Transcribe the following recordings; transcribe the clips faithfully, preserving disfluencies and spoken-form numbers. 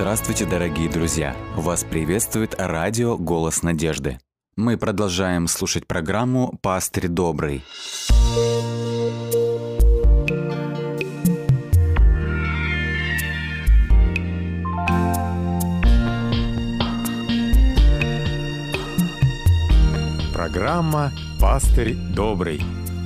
Здравствуйте, дорогие друзья! Вас приветствует радио «Голос надежды». Мы продолжаем слушать программу «Пастырь добрый». Программа «Пастырь добрый».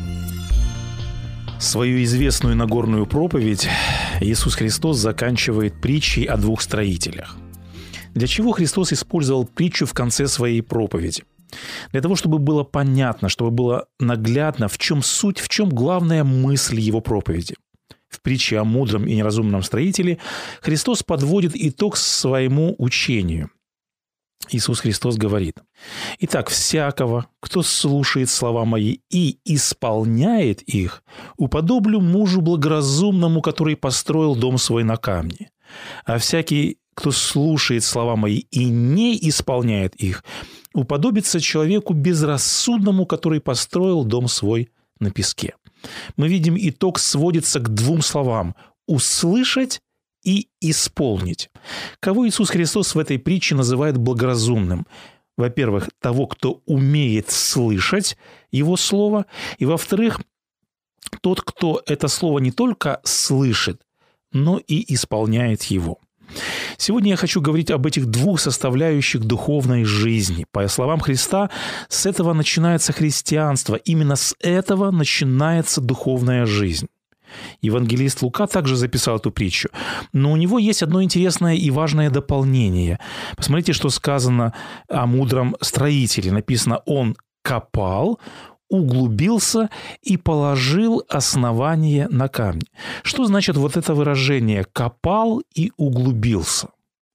Свою известную Нагорную проповедь Иисус Христос заканчивает притчей о двух строителях. Для чего Христос использовал притчу в конце своей проповеди? Для того, чтобы было понятно, чтобы было наглядно, в чем суть, в чем главная мысль его проповеди. В притче о мудром и неразумном строителе Христос подводит итог своему учению. Иисус Христос говорит: «Итак, всякого, кто слушает слова мои и исполняет их, уподоблю мужу благоразумному, который построил дом свой на камне. А всякий, кто слушает слова мои и не исполняет их, уподобится человеку безрассудному, который построил дом свой на песке». Мы видим, итог сводится к двум словам: услышать и исполнить. Кого Иисус Христос в этой притче называет благоразумным? Во-первых, того, кто умеет слышать Его Слово, и, во-вторых, тот, кто это Слово не только слышит, но и исполняет его. Сегодня я хочу говорить об этих двух составляющих духовной жизни. По словам Христа, с этого начинается христианство, именно с этого начинается духовная жизнь. Евангелист Лука также записал эту притчу, но у него есть одно интересное и важное дополнение. Посмотрите, что сказано о мудром строителе. Написано: «Он копал, углубился и положил основание на камни». Что значит вот это выражение «копал и углубился»?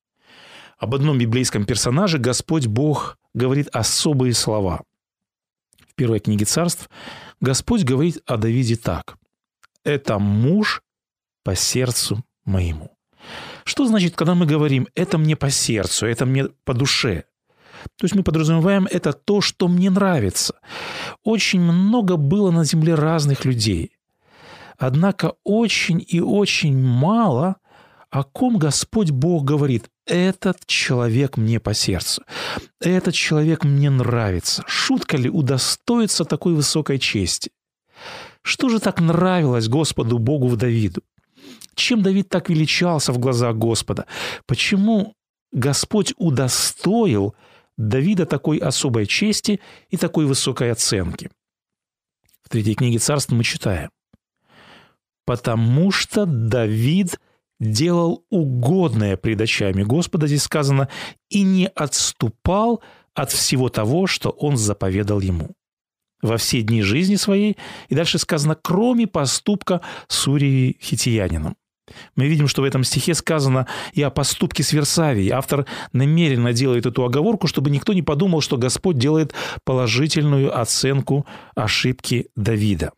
Об одном библейском персонаже Господь Бог говорит особые слова. В первой книге Царств Господь говорит о Давиде так: «Это муж по сердцу моему». Что значит, когда мы говорим «это мне по сердцу», «это мне по душе»? То есть мы подразумеваем это то, что мне нравится. Очень много было на земле разных людей. Однако очень и очень мало, о ком Господь Бог говорит: «Этот человек мне по сердцу, этот человек мне нравится». Шутка ли удостоиться такой высокой чести? Что же так нравилось Господу Богу в Давиду? Чем Давид так величался в глазах Господа? Почему Господь удостоил Давида такой особой чести и такой высокой оценки? В третьей книге Царств мы читаем: «Потому что Давид делал угодное пред очами Господа», здесь сказано, «и не отступал от всего того, что он заповедал ему во все дни жизни своей». И дальше сказано: «кроме поступка с Урией Хиттиянином». Мы видим, что в этом стихе сказано и о поступке с Версавией. Автор намеренно делает эту оговорку, чтобы никто не подумал, что Господь делает положительную оценку ошибки Давида.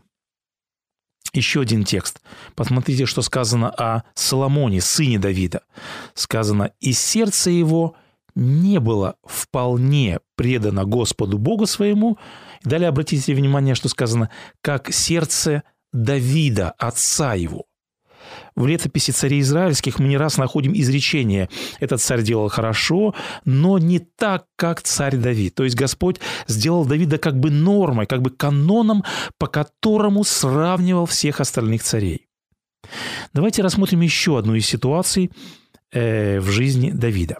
Еще один текст. Посмотрите, что сказано о Соломоне, сыне Давида. Сказано: «И сердце его не было вполне предано Господу Богу своему». И далее обратите внимание, что сказано: «как сердце Давида, отца его». В летописи царей израильских мы не раз находим изречение: «Этот царь делал хорошо, но не так, как царь Давид». То есть Господь сделал Давида как бы нормой, как бы каноном, по которому сравнивал всех остальных царей. Давайте рассмотрим еще одну из ситуаций э, в жизни Давида.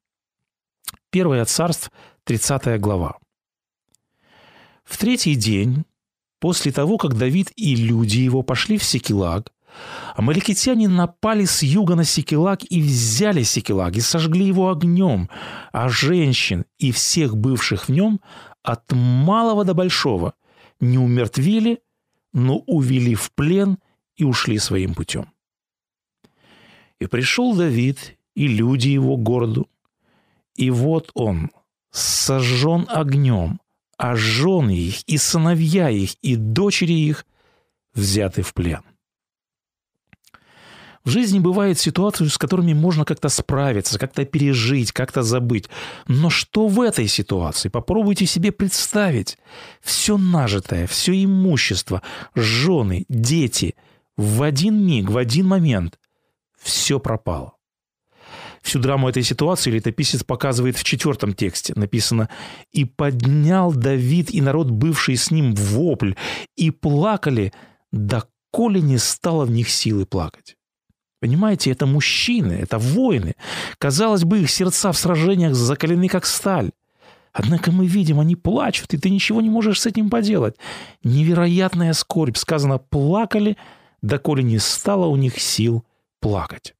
Первое Царств, тридцатая глава. В третий день, после того, как Давид и люди его пошли в Сикелаг, амаликитяне напали с юга на Сикелаг и взяли Сикелаг, и сожгли его огнем, а женщин и всех бывших в нем, от малого до большого, не умертвили, но увели в плен и ушли своим путем. И пришел Давид и люди его к городу, и вот он сожжен огнем, а жены их, и сыновья их, и дочери их взяты в плен. В жизни бывают ситуации, с которыми можно как-то справиться, как-то пережить, как-то забыть. Но что в этой ситуации? Попробуйте себе представить. Все нажитое, все имущество, жены, дети в один миг, в один момент все пропало. Всю драму этой ситуации летописец показывает в четвертом тексте. Написано: «И поднял Давид и народ, бывший с ним, вопль, и плакали, доколе не стало в них силы плакать». Понимаете, это мужчины, это воины. Казалось бы, их сердца в сражениях закалены, как сталь. Однако мы видим, они плачут, и ты ничего не можешь с этим поделать. Невероятная скорбь. Сказано: плакали, доколе не стало у них сил плакать.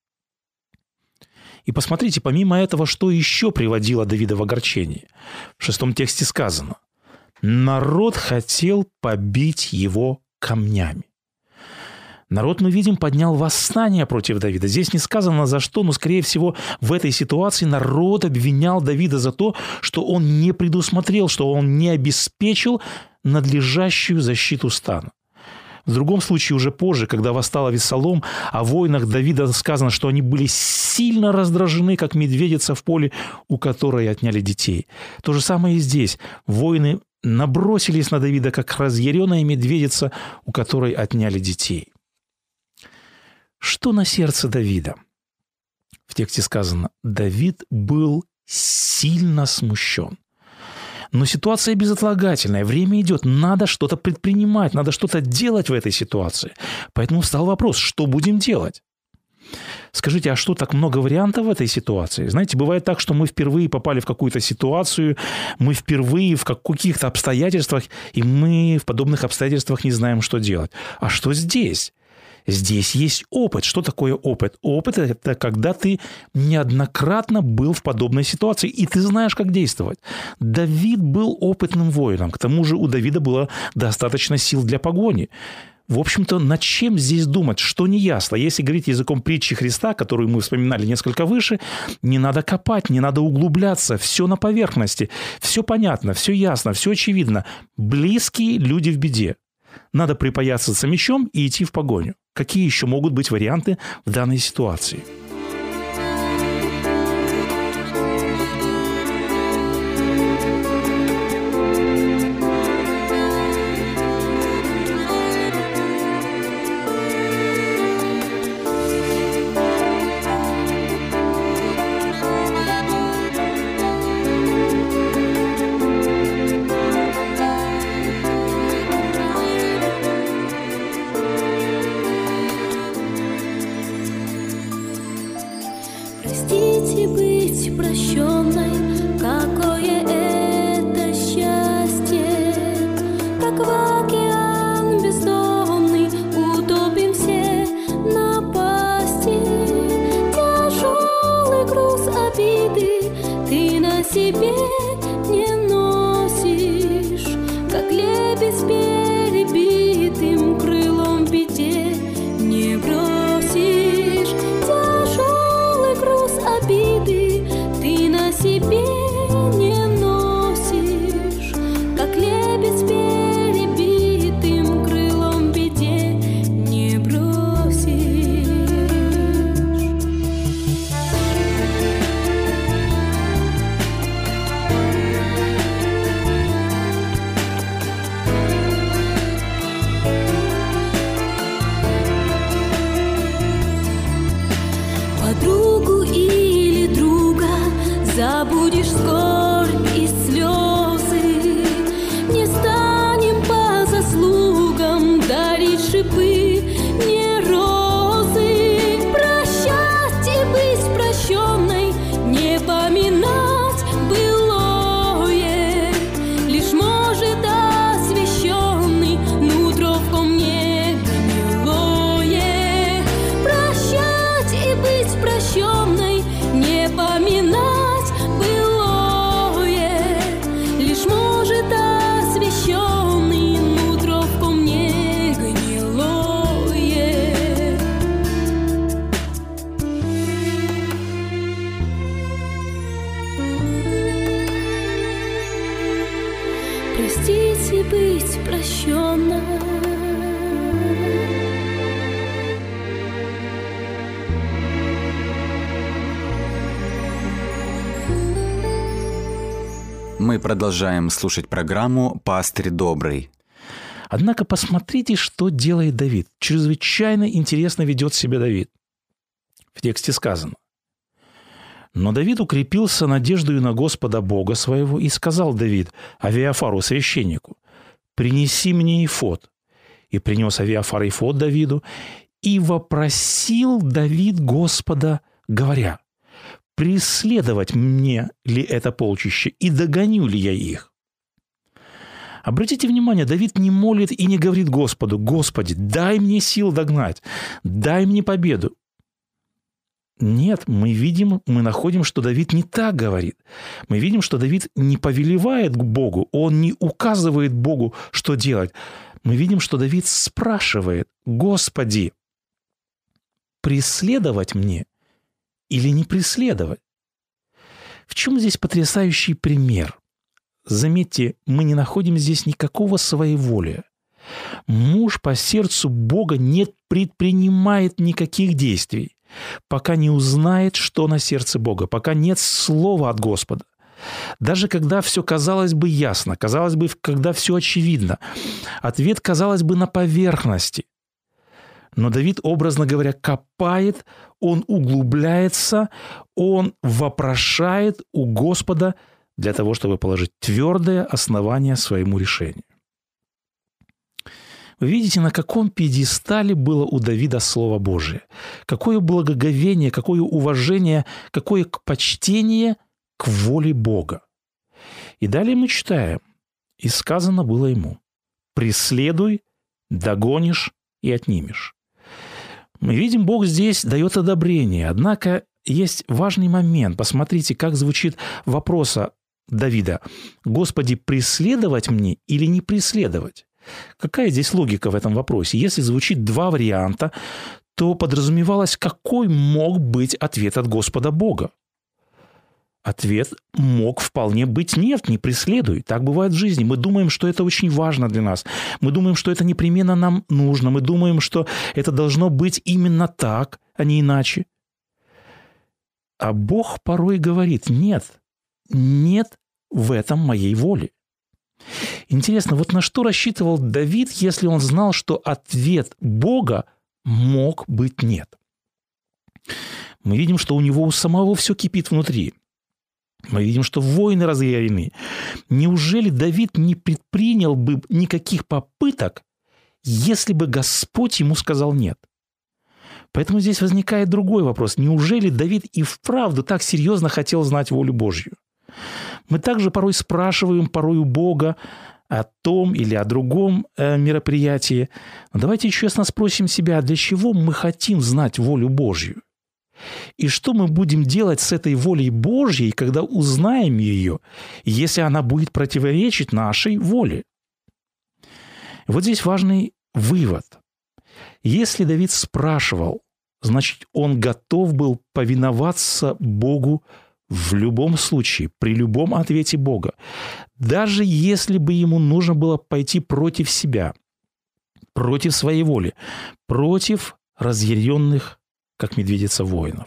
И посмотрите, помимо этого, что еще приводило Давида в огорчение. В шестом тексте сказано: народ хотел побить его камнями. Народ, мы видим, поднял восстание против Давида. Здесь не сказано за что, но, скорее всего, в этой ситуации народ обвинял Давида за то, что он не предусмотрел, что он не обеспечил надлежащую защиту стана. В другом случае, уже позже, когда восстал Авессалом, о воинах Давида сказано, что они были сильно раздражены, как медведица в поле, у которой отняли детей. То же самое и здесь. Воины набросились на Давида, как разъяренная медведица, у которой отняли детей. Что на сердце Давида? В тексте сказано: Давид был сильно смущен. Но ситуация безотлагательная, время идет, надо что-то предпринимать, надо что-то делать в этой ситуации. Поэтому встал вопрос: что будем делать? Скажите, а что, так много вариантов в этой ситуации? Знаете, бывает так, что мы впервые попали в какую-то ситуацию, мы впервые в каких-то обстоятельствах, и мы в подобных обстоятельствах не знаем, что делать. А что здесь? Здесь есть опыт. Что такое опыт? Опыт – это когда ты неоднократно был в подобной ситуации, и ты знаешь, как действовать. Давид был опытным воином. К тому же у Давида было достаточно сил для погони. В общем-то, над чем здесь думать? Что не ясно? Если говорить языком притчи Христа, которую мы вспоминали несколько выше, не надо копать, не надо углубляться. Все на поверхности. Все понятно, все ясно, все очевидно. Близкие люди в беде. Надо припоясаться мечом и идти в погоню. Какие еще могут быть варианты в данной ситуации? Простите, быть прощенной, какое это счастье, как в океан бездонный утопимся напасти. Тяжелый груз обиды ты на себе не носишь, как лебедь с перебитым крылом в беде не бросишь. Тяжелый груз обиды ты на себе не носишь, как лебедь с перебитым крылом в беде не бросишь. Подругу или друга забудешь скорбь и слезы, не станем по заслугам дарить шипы, не розы. Прощать и быть прощенной, не поминать былое, лишь может освященный нутро в комне гнилое. Прощать и быть прощенной, не поминать былое, лишь может освященный нутро в комне гнилое. Простите, быть прощенной. Мы продолжаем слушать программу «Пастырь добрый». Однако посмотрите, что делает Давид. Чрезвычайно интересно ведет себя Давид. В тексте сказано: Но Давид укрепился надеждою на Господа Бога своего, и сказал Давид Авиафару, священнику: «Принеси мне эфод». И принес Авиафар эфод Давиду, и вопросил Давид Господа, говоря: «Преследовать мне ли это полчище, и догоню ли я их?» Обратите внимание, Давид не молит и не говорит Господу: «Господи, дай мне сил догнать, дай мне победу». Нет, мы видим, мы находим, что Давид не так говорит. Мы видим, что Давид не повелевает к Богу, он не указывает Богу, что делать. Мы видим, что Давид спрашивает: «Господи, преследовать мне или не преследовать?» В чем здесь потрясающий пример? Заметьте, мы не находим здесь никакого своеволия. Муж по сердцу Бога не предпринимает никаких действий, пока не узнает, что на сердце Бога, пока нет слова от Господа. Даже когда все казалось бы ясно, казалось бы, когда все очевидно, ответ, казалось бы, на поверхности. Но Давид, образно говоря, копает, он углубляется, он вопрошает у Господа для того, чтобы положить твердое основание своему решению. Вы видите, на каком пьедестале было у Давида Слово Божие. Какое благоговение, какое уважение, какое почтение к воле Бога. И далее мы читаем: «И сказано было ему: преследуй, догонишь и отнимешь». Мы видим, Бог здесь дает одобрение. Однако есть важный момент. Посмотрите, как звучит вопрос Давида: «Господи, преследовать мне или не преследовать?» Какая здесь логика в этом вопросе? Если звучит два варианта, то подразумевалось, какой мог быть ответ от Господа Бога. Ответ мог вполне быть: нет, не преследуй. Так бывает в жизни. Мы думаем, что это очень важно для нас. Мы думаем, что это непременно нам нужно. Мы думаем, что это должно быть именно так, а не иначе. А Бог порой говорит: нет, нет в этом моей воли. Интересно, вот на что рассчитывал Давид, если он знал, что ответ Бога мог быть нет? Мы видим, что у него у самого все кипит внутри. Мы видим, что войны разъярены. Неужели Давид не предпринял бы никаких попыток, если бы Господь ему сказал нет? Поэтому здесь возникает другой вопрос. Неужели Давид и вправду так серьезно хотел знать волю Божью? Мы также порой спрашиваем порой у Бога о том или о другом э, мероприятии. Но давайте честно спросим себя, для чего мы хотим знать волю Божью? И что мы будем делать с этой волей Божьей, когда узнаем ее, если она будет противоречить нашей воле? Вот здесь важный вывод. Если Давид спрашивал, значит, он готов был повиноваться Богу в любом случае, при любом ответе Бога. Даже если бы ему нужно было пойти против себя, против своей воли, против разъяренных, как медведица, воинов.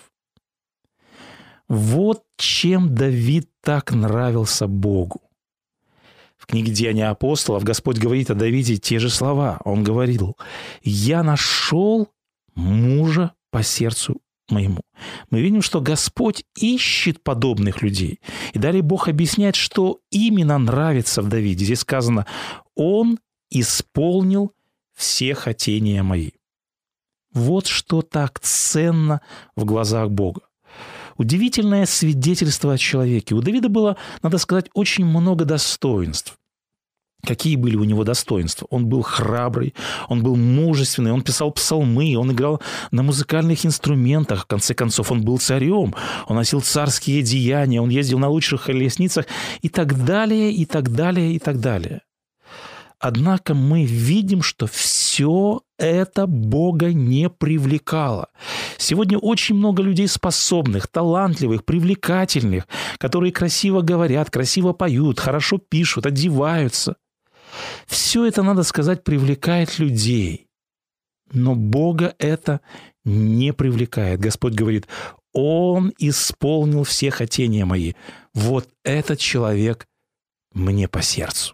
Вот чем Давид так нравился Богу. В книге «Деяния апостолов» Господь говорит о Давиде те же слова. Он говорил: «Я нашел мужа по сердцу моему». Мы видим, что Господь ищет подобных людей. И далее Бог объясняет, что именно нравится в Давиде. Здесь сказано: «Он исполнил все хотения мои». Вот что так ценно в глазах Бога. Удивительное свидетельство о человеке. У Давида было, надо сказать, очень много достоинств. Какие были у него достоинства? Он был храбрый, он был мужественный, он писал псалмы, он играл на музыкальных инструментах. В конце концов, он был царем, он носил царские деяния, он ездил на лучших колесницах и так далее, и так далее, и так далее. Однако мы видим, что все это Бога не привлекало. Сегодня очень много людей способных, талантливых, привлекательных, которые красиво говорят, красиво поют, хорошо пишут, одеваются. Все это, надо сказать, привлекает людей. Но Бога это не привлекает. Господь говорит: «Он исполнил все хотения мои». Вот этот человек мне по сердцу.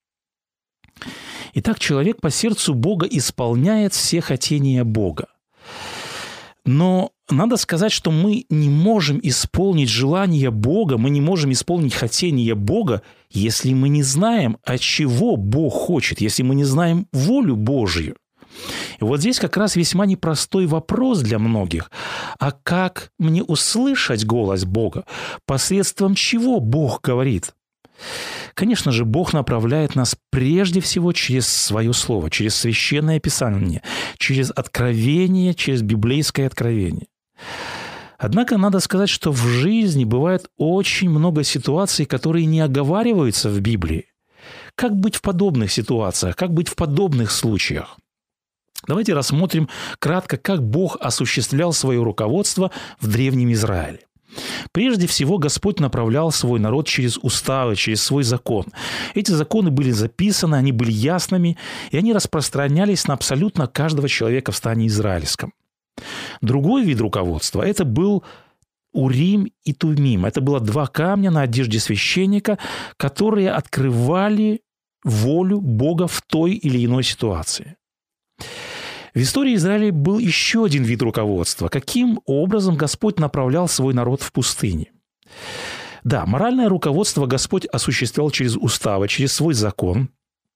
Итак, человек по сердцу Бога исполняет все хотения Бога. Но надо сказать, что мы не можем исполнить желание Бога, мы не можем исполнить хотение Бога, если мы не знаем, от чего Бог хочет, если мы не знаем волю Божью. И вот здесь как раз весьма непростой вопрос для многих. А как мне услышать голос Бога? Посредством чего Бог говорит? Конечно же, Бог направляет нас прежде всего через Свое Слово, через Священное Писание, через откровение, через библейское откровение. Однако надо сказать, что в жизни бывает очень много ситуаций, которые не оговариваются в Библии. Как быть в подобных ситуациях? Как быть в подобных случаях? Давайте рассмотрим кратко, как Бог осуществлял свое руководство в Древнем Израиле. Прежде всего, Господь направлял свой народ через уставы, через свой закон. Эти законы были записаны, они были ясными, и они распространялись на абсолютно каждого человека в стане израильском. Другой вид руководства – это был Урим и Тумим. Это было два камня на одежде священника, которые открывали волю Бога в той или иной ситуации. В истории Израиля был еще один вид руководства. Каким образом Господь направлял свой народ в пустыне? Да, моральное руководство Господь осуществлял через уставы, через свой закон.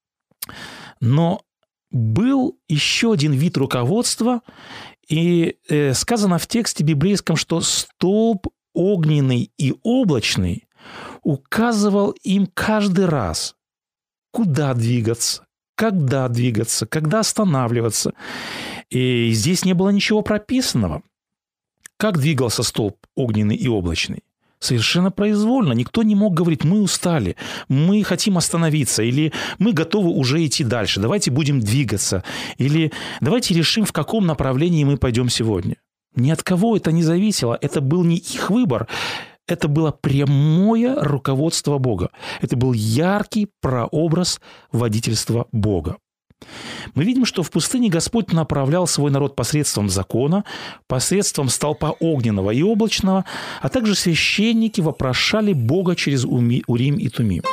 Но был еще один вид руководства, и э, сказано в тексте библейском, что столб огненный и облачный указывал им каждый раз, куда двигаться, когда двигаться, когда останавливаться. И здесь не было ничего прописанного. Как двигался столб огненный и облачный? Совершенно произвольно. Никто не мог говорить: мы устали, мы хотим остановиться, или мы готовы уже идти дальше, давайте будем двигаться, или давайте решим, в каком направлении мы пойдем сегодня. Ни от кого это не зависело, это был не их выбор. Это было прямое руководство Бога. Это был яркий прообраз водительства Бога. Мы видим, что в пустыне Господь направлял свой народ посредством закона, посредством столпа огненного и облачного, а также священники вопрошали Бога через Урим и Тумим.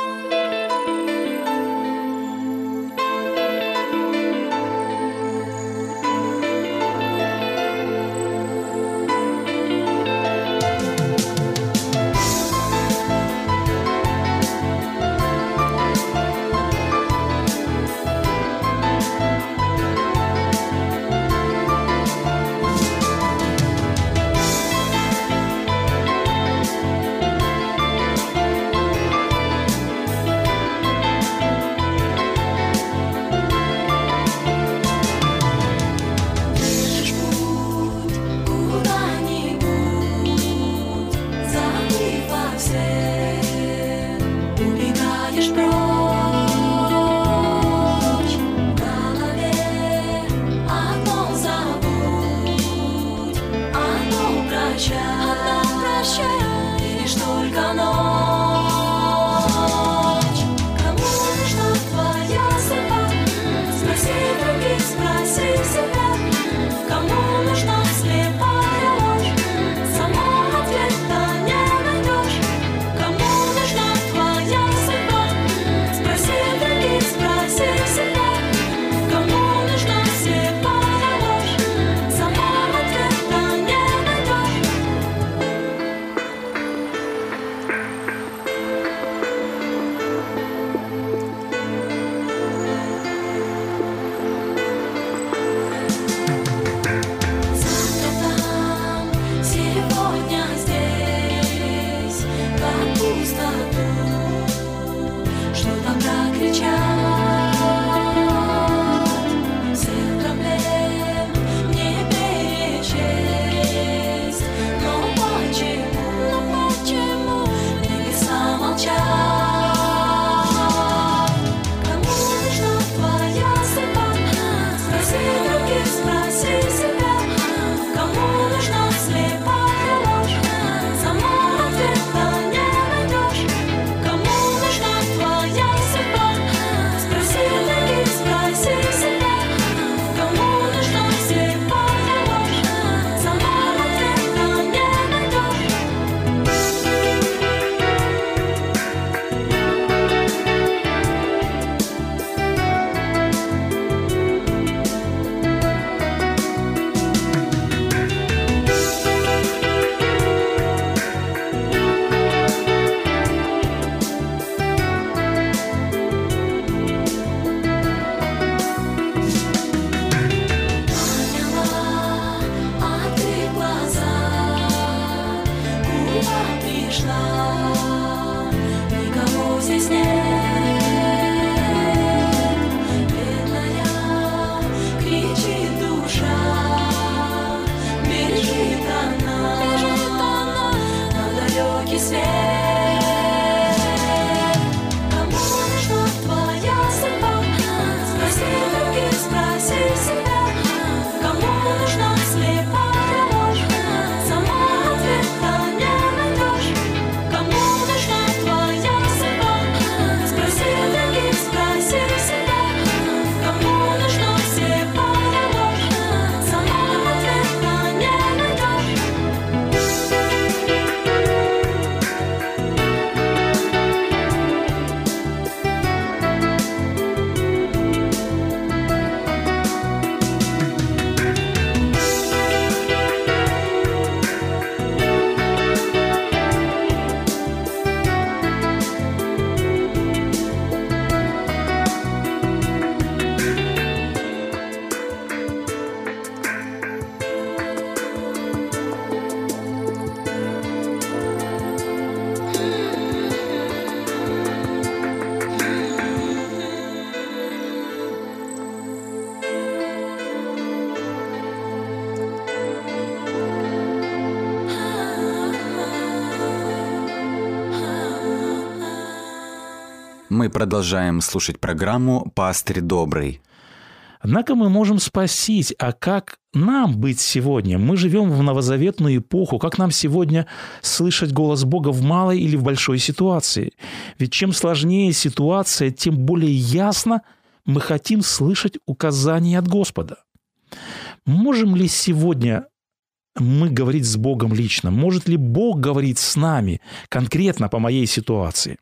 Мы продолжаем слушать программу «Пастырь добрый». Однако мы можем спросить, а как нам быть сегодня? Мы живем в новозаветную эпоху. Как нам сегодня слышать голос Бога в малой или в большой ситуации? Ведь чем сложнее ситуация, тем более ясно мы хотим слышать указания от Господа. Можем ли сегодня мы говорить с Богом лично? Может ли Бог говорить с нами конкретно по моей ситуации?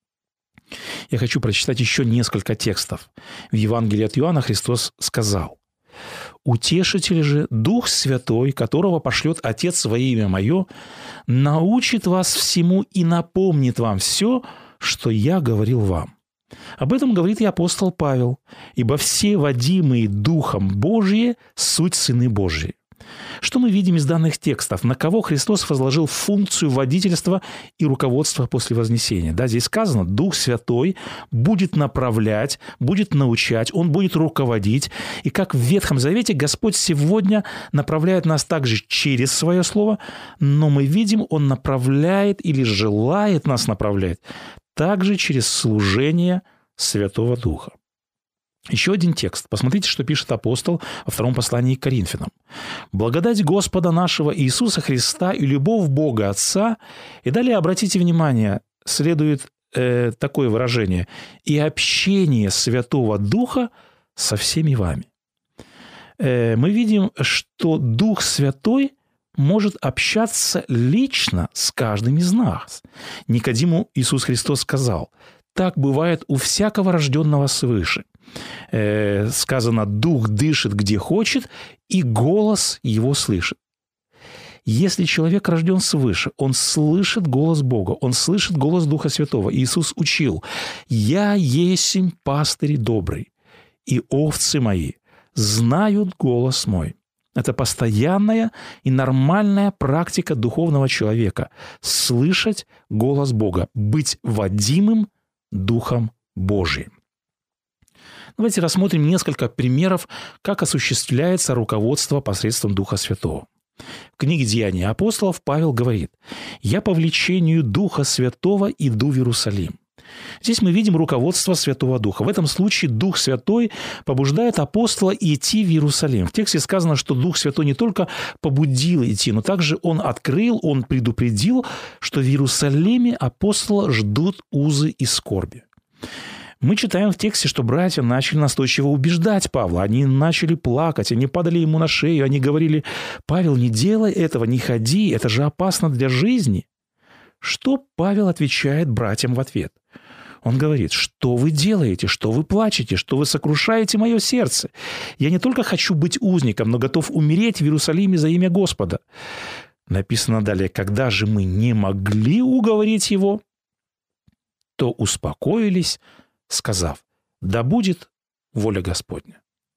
Я хочу прочитать еще несколько текстов. В Евангелии от Иоанна Христос сказал: «Утешитель же, Дух Святой, которого пошлет Отец во имя Мое, научит вас всему и напомнит вам все, что Я говорил вам». Об этом говорит и апостол Павел. «Ибо все водимые Духом Божие суть сыны Божьи». Что мы видим из данных текстов? На кого Христос возложил функцию водительства и руководства после вознесения? Да, здесь сказано, Дух Святой будет направлять, будет научать, Он будет руководить. И как в Ветхом Завете, Господь сегодня направляет нас также через Свое Слово, но мы видим, Он направляет или желает нас направлять также через служение Святого Духа. Еще один текст. Посмотрите, что пишет апостол во втором послании к Коринфянам. «Благодать Господа нашего Иисуса Христа и любовь Бога Отца». И далее, обратите внимание, следует э, такое выражение. «И общение Святого Духа со всеми вами». Э, мы видим, что Дух Святой может общаться лично с каждым из нас. Никодиму Иисус Христос сказал: «Так бывает у всякого рожденного свыше». Э, сказано, Дух дышит где хочет, и голос его слышит. Если человек рожден свыше, он слышит голос Бога, он слышит голос Духа Святого. Иисус учил: «Я есмь пастырь добрый, и овцы мои знают голос мой». Это постоянная и нормальная практика духовного человека – слышать голос Бога, быть водимым Духом Божиим. Давайте рассмотрим несколько примеров, как осуществляется руководство посредством Духа Святого. В книге «Деяния апостолов» Павел говорит: «Я по влечению Духа Святого иду в Иерусалим». Здесь мы видим руководство Святого Духа. В этом случае Дух Святой побуждает апостола идти в Иерусалим. В тексте сказано, что Дух Святой не только побудил идти, но также Он открыл, Он предупредил, что в Иерусалиме апостола ждут узы и скорби. Мы читаем в тексте, что братья начали настойчиво убеждать Павла. Они начали плакать, они падали ему на шею, они говорили: «Павел, не делай этого, не ходи, это же опасно для жизни». Что Павел отвечает братьям в ответ? Он говорит: «Что вы делаете? Что вы плачете? Что вы сокрушаете мое сердце? Я не только хочу быть узником, но готов умереть в Иерусалиме за имя Господа». Написано далее: «Когда же мы не могли уговорить его, то успокоились, сказав: да будет воля Господня».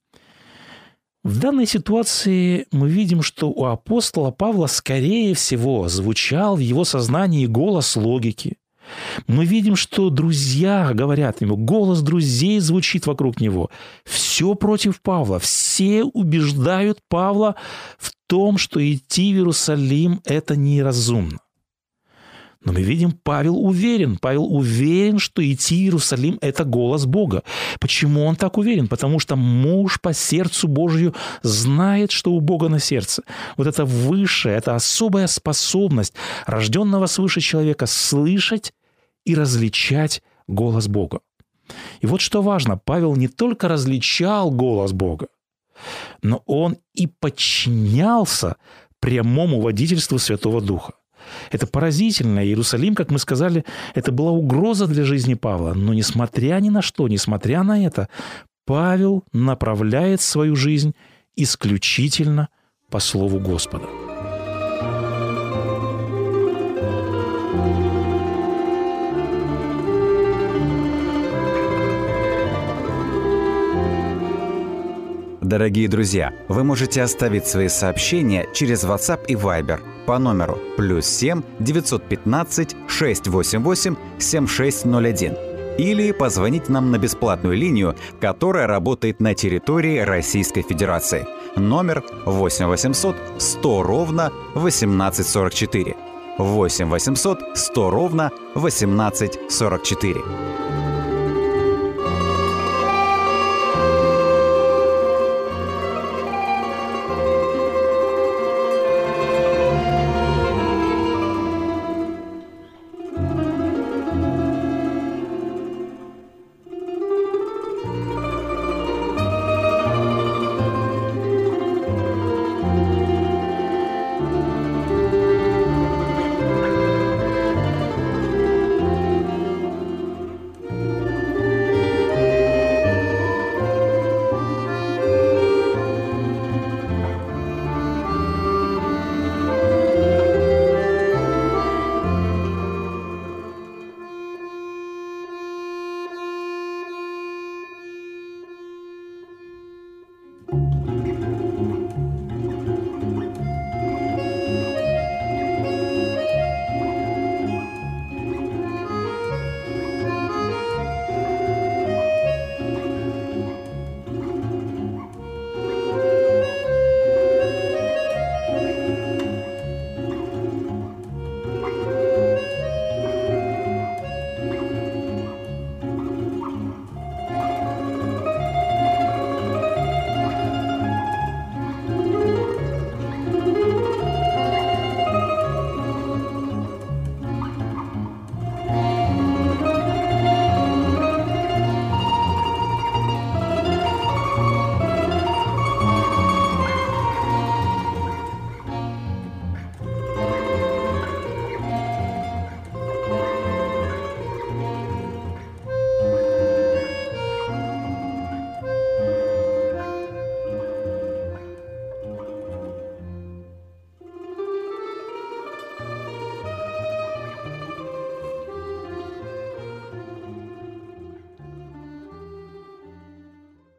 В данной ситуации мы видим, что у апостола Павла, скорее всего, звучал в его сознании голос логики. Мы видим, что друзья говорят ему, голос друзей звучит вокруг него. Все против Павла, все убеждают Павла в том, что идти в Иерусалим – это неразумно. Но мы видим, Павел уверен. Павел уверен, что идти в Иерусалим – это голос Бога. Почему он так уверен? Потому что муж по сердцу Божию знает, что у Бога на сердце. Вот это высшая, это особая способность рожденного свыше человека слышать и различать голос Бога. И вот что важно, Павел не только различал голос Бога, но он и подчинялся прямому водительству Святого Духа. Это поразительно. Иерусалим, как мы сказали, это была угроза для жизни Павла. Но несмотря ни на что, несмотря на это, Павел направляет свою жизнь исключительно по слову Господа. Дорогие друзья, вы можете оставить свои сообщения через WhatsApp и Viber по номеру плюс семь девятьсот пятнадцать шестьсот восемьдесят восемь семьдесят шесть ноль один или позвонить нам на бесплатную линию, которая работает на территории Российской Федерации. Номер восемь восемьсот сто ровно восемнадцать сорок четыре. восемь восемьсот сто ровно восемнадцать сорок четыре.